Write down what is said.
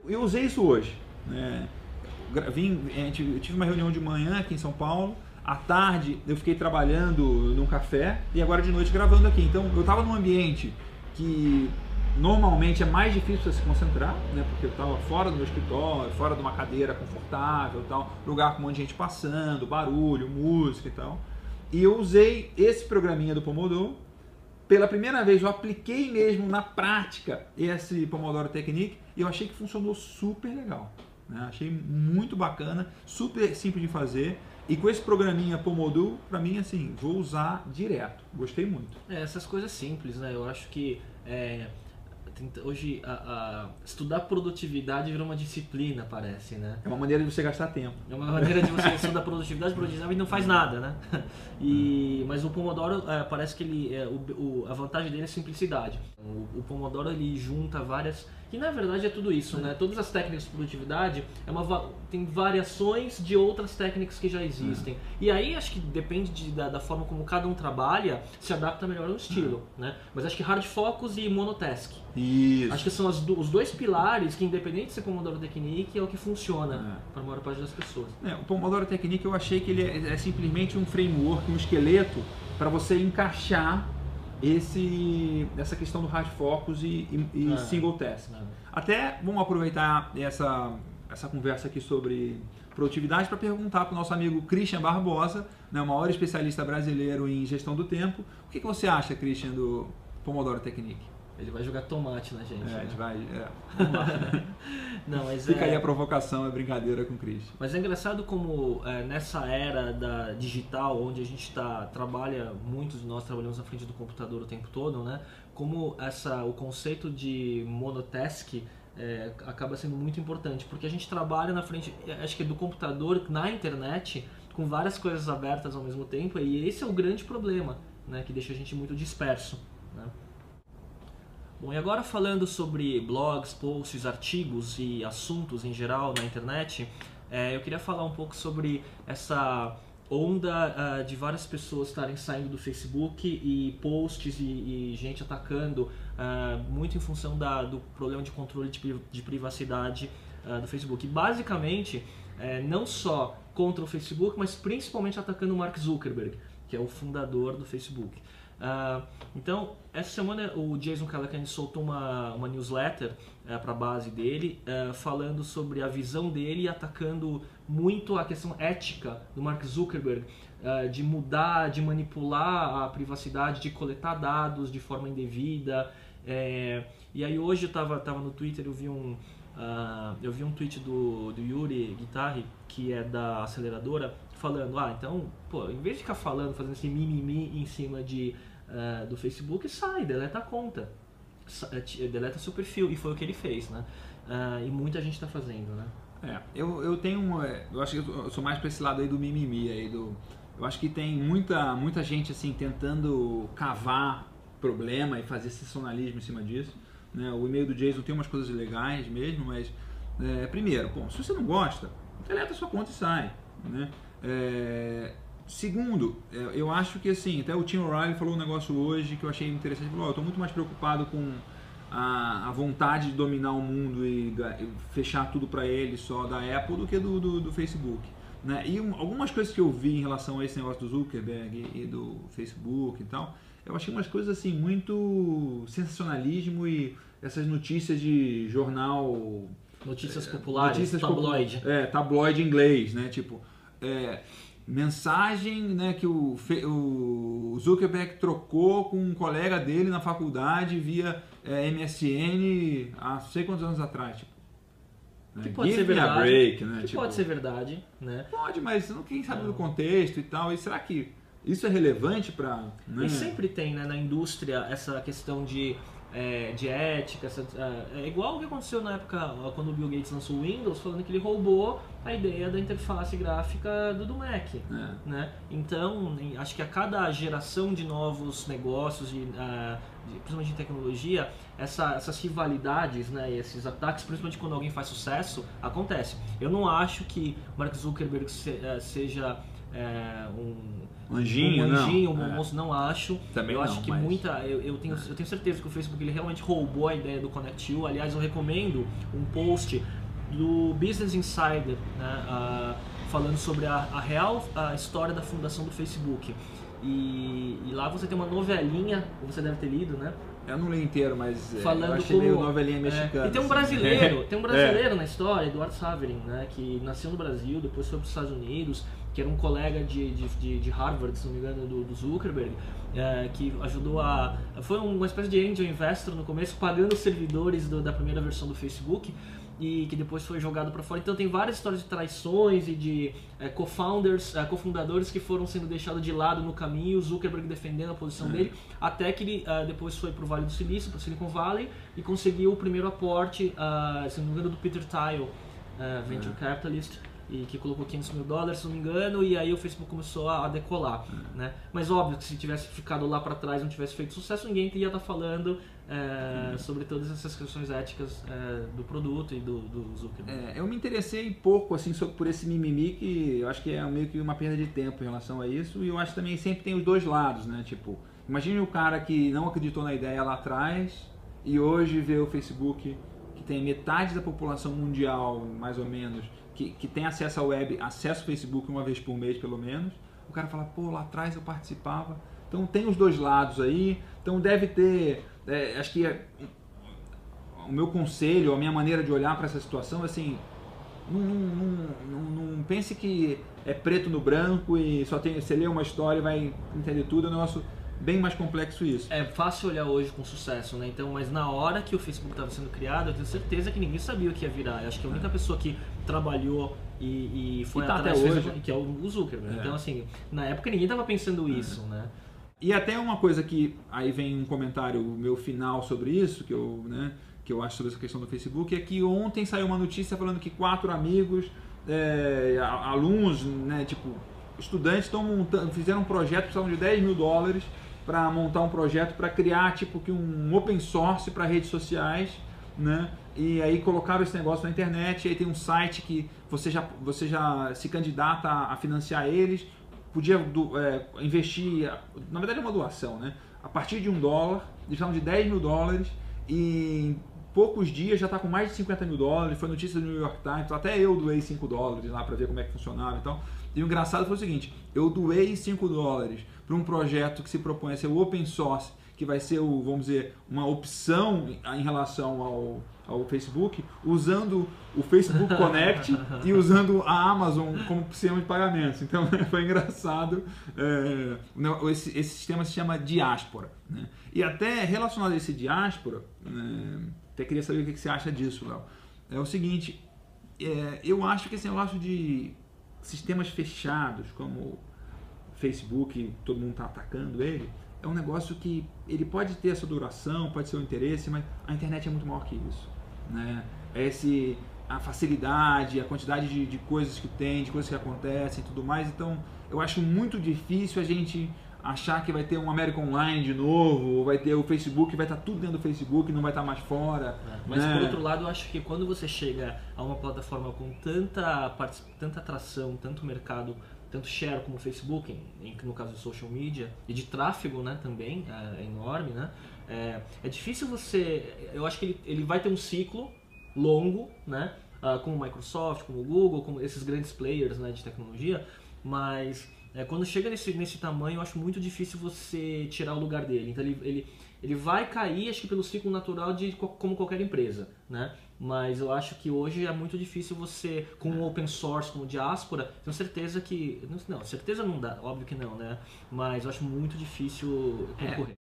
eu usei isso hoje, né? Eu tive uma reunião de manhã aqui em São Paulo, à tarde eu fiquei trabalhando num café e agora de noite gravando aqui. Então eu estava num ambiente que normalmente é mais difícil você se concentrar, né? Porque eu estava fora do meu escritório, fora de uma cadeira confortável, tal, lugar com um monte de gente passando, barulho, música e tal. E eu usei esse programinha do Pomodoro. Pela primeira vez eu apliquei mesmo na prática esse Pomodoro Technique e eu achei que funcionou super legal, né? Achei muito bacana, super simples de fazer. E com esse programinha Pomodoro, pra mim, assim, vou usar direto. Gostei muito. Essas coisas simples, né? Eu acho que hoje estudar produtividade virou uma disciplina, parece, né? É uma maneira de você gastar tempo. É uma maneira de você estudar produtividade e não faz nada, né? Mas o Pomodoro parece que ele, a vantagem dele é a simplicidade. O Pomodoro ele junta várias... Que na verdade é tudo isso, né? Todas as técnicas de produtividade tem variações de outras técnicas que já existem. E aí acho que depende da forma como cada um trabalha, se adapta melhor ao estilo, né? Mas acho que hard focus e monotask. Isso. Acho que são os dois pilares que, independente de ser Pomodoro Technique, é o que funciona para a maior parte das pessoas. O Pomodoro Technique eu achei que ele é simplesmente um framework, um esqueleto para você encaixar essa questão do hard focus e single task. Até vamos aproveitar essa conversa aqui sobre produtividade para perguntar para o nosso amigo Christian Barbosa, né, o maior especialista brasileiro em gestão do tempo. O que você acha, Christian, do Pomodoro Technique? Ele vai jogar tomate na gente. A gente vai. Vamos lá. Não, mas fica aí a provocação, a brincadeira com o Christian. Mas é engraçado como nessa era da digital, onde a gente trabalha, muitos de nós trabalhamos na frente do computador o tempo todo, né? Como o conceito de monotask acaba sendo muito importante, porque a gente trabalha na frente, acho que do computador, na internet, com várias coisas abertas ao mesmo tempo, e esse é o grande problema, né? Que deixa a gente muito disperso, né? Bom, e agora falando sobre blogs, posts, artigos e assuntos em geral na internet, eu queria falar um pouco sobre essa onda de várias pessoas estarem saindo do Facebook e posts e gente atacando, muito em função do problema de controle de privacidade do Facebook. E basicamente, não só contra o Facebook, mas principalmente atacando o Mark Zuckerberg, que é o fundador do Facebook. Então, essa semana o Jason Calacanis soltou uma newsletter para a base dele, falando sobre a visão dele e atacando muito a questão ética do Mark Zuckerberg, de mudar, de manipular a privacidade, de coletar dados de forma indevida. E aí hoje eu estava no Twitter, eu vi um tweet do Yuri Guitarri, que é da aceleradora, falando, então, em vez de ficar fazendo esse mimimi em cima do Facebook, deleta a conta, deleta seu perfil, e foi o que ele fez, né? E muita gente está fazendo, né? Eu acho que eu sou mais para esse lado aí do mimimi, eu acho que tem muita gente assim tentando cavar problema e fazer sensacionalismo em cima disso, né? O e-mail do Jason tem umas coisas legais mesmo, mas primeiro, se você não gosta, deleta sua conta e sai, né? Segundo, eu acho que assim, até o Tim O'Reilly falou um negócio hoje que eu achei interessante. Ele falou, eu estou muito mais preocupado com a vontade de dominar o mundo e fechar tudo para ele só da Apple do que do Facebook, né? E algumas coisas que eu vi em relação a esse negócio do Zuckerberg e do Facebook e tal, eu achei umas coisas assim muito sensacionalismo e essas notícias de jornal... Notícias populares, tabloide. Tabloide inglês, né? Tipo... mensagem, né, que o Zuckerberg trocou com um colega dele na faculdade via MSN há não sei quantos anos atrás. Tipo, que pode ser verdade. Break, né? Pode ser verdade, né? Pode, mas quem sabe do contexto e tal. E será que isso é relevante para... Né? E sempre tem, né, na indústria essa questão de ética, é igual o que aconteceu na época quando o Bill Gates lançou o Windows, falando que ele roubou a ideia da interface gráfica do Mac, né? Então, acho que a cada geração de novos negócios, principalmente de tecnologia, essas rivalidades, né, e esses ataques, principalmente quando alguém faz sucesso, acontece. Eu não acho que Mark Zuckerberg seja um anjinho, um monstro, não acho. Também eu não, acho que mas... eu tenho certeza que o Facebook ele realmente roubou a ideia do Connect You. Aliás, eu recomendo um post do Business Insider, né, falando sobre a real história da fundação do Facebook. E lá você tem uma novelinha, você deve ter lido, né? Eu não li inteiro, mas falando eu achei meio novelinha mexicana. E tem um brasileiro, na história, Eduardo Saverin, né, que nasceu no Brasil, depois foi para os Estados Unidos, que era um colega de Harvard, se não me engano, do Zuckerberg, que ajudou foi uma espécie de angel investor no começo, pagando os servidores da primeira versão do Facebook, e que depois foi jogado para fora. Então tem várias histórias de traições e de cofundadores que foram sendo deixados de lado no caminho, o Zuckerberg defendendo a posição dele, até que ele depois foi para o Vale do Silício, para o Silicon Valley, e conseguiu o primeiro aporte, se não me engano, do Peter Thiel, Venture Capitalist, e que colocou $500 mil, se não me engano, e aí o Facebook começou a decolar, né? Mas óbvio que se tivesse ficado lá para trás, não tivesse feito sucesso, ninguém ia estar falando sobre todas essas questões éticas do produto e do Zuckerberg. Eu me interessei pouco assim, por esse mimimi, que eu acho que é meio que uma perda de tempo em relação a isso, e eu acho que também sempre tem os dois lados, né? Tipo, imagine o cara que não acreditou na ideia lá atrás e hoje vê o Facebook, que tem metade da população mundial, mais ou menos, que tem acesso à web, acesso ao Facebook uma vez por mês pelo menos. O cara fala, pô, lá atrás eu participava. Então tem os dois lados aí. Então deve ter, acho que o meu conselho, a minha maneira de olhar para essa situação, assim, não pense que é preto no branco e você lê uma história e vai entender tudo. É um negócio bem mais complexo isso. É fácil olhar hoje com sucesso, né? Então, mas na hora que o Facebook estava sendo criado, eu tenho certeza que ninguém sabia o que ia virar. Eu acho que a única pessoa que trabalhou e foi atrás hoje, que é o Zuckerberg. Então, assim, na época ninguém estava pensando isso, né? E até uma coisa que aí vem um comentário meu final sobre isso, que eu acho sobre essa questão do Facebook, é que ontem saiu uma notícia falando que 4 amigos, alunos, né, tipo, estudantes fizeram um projeto, precisavam de $10 mil para montar um projeto para criar tipo que um open source para redes sociais, né? E aí colocaram esse negócio na internet, e aí tem um site que você já se candidata a financiar eles, podia investir, na verdade é uma doação, né? A partir de $1, eles precisavam de $10 mil, e em poucos dias já está com mais de $50 mil, foi notícia do New York Times, até eu doei $5 lá para ver como é que funcionava e tal. E o engraçado foi o seguinte, eu doei $5 para um projeto que se propõe a ser o open source, que vai ser, vamos dizer, uma opção em relação ao Facebook, usando o Facebook Connect e usando a Amazon como sistema de pagamentos. Então foi engraçado. Esse sistema se chama Diaspora, né? E até relacionado a esse Diaspora, até queria saber o que você acha disso, Léo. É o seguinte, eu acho que esse negócio de sistemas fechados, como Facebook, todo mundo está atacando ele, é um negócio que ele pode ter essa duração, pode ser o interesse, mas a internet é muito maior que isso, né? A facilidade, a quantidade de coisas que tem, de coisas que acontecem e tudo mais. Então eu acho muito difícil a gente achar que vai ter um América Online de novo, ou vai ter o Facebook, vai estar tudo dentro do Facebook, não vai estar mais fora. Mas por outro lado, eu acho que quando você chega a uma plataforma com tanta atração, tanto mercado, tanto share como o Facebook, no caso de social media, e de tráfego, né, também, é enorme, né? É difícil você... Eu acho que ele vai ter um ciclo longo, né? Como o Microsoft, como o Google, como esses grandes players, né, de tecnologia, mas quando chega nesse tamanho, eu acho muito difícil você tirar o lugar dele. Então ele vai cair, acho que pelo ciclo natural como qualquer empresa, né? Mas eu acho que hoje é muito difícil você, com o open source, como Diaspora, tenho certeza que... Não, certeza não dá, óbvio que não, né? Mas eu acho muito difícil concorrer.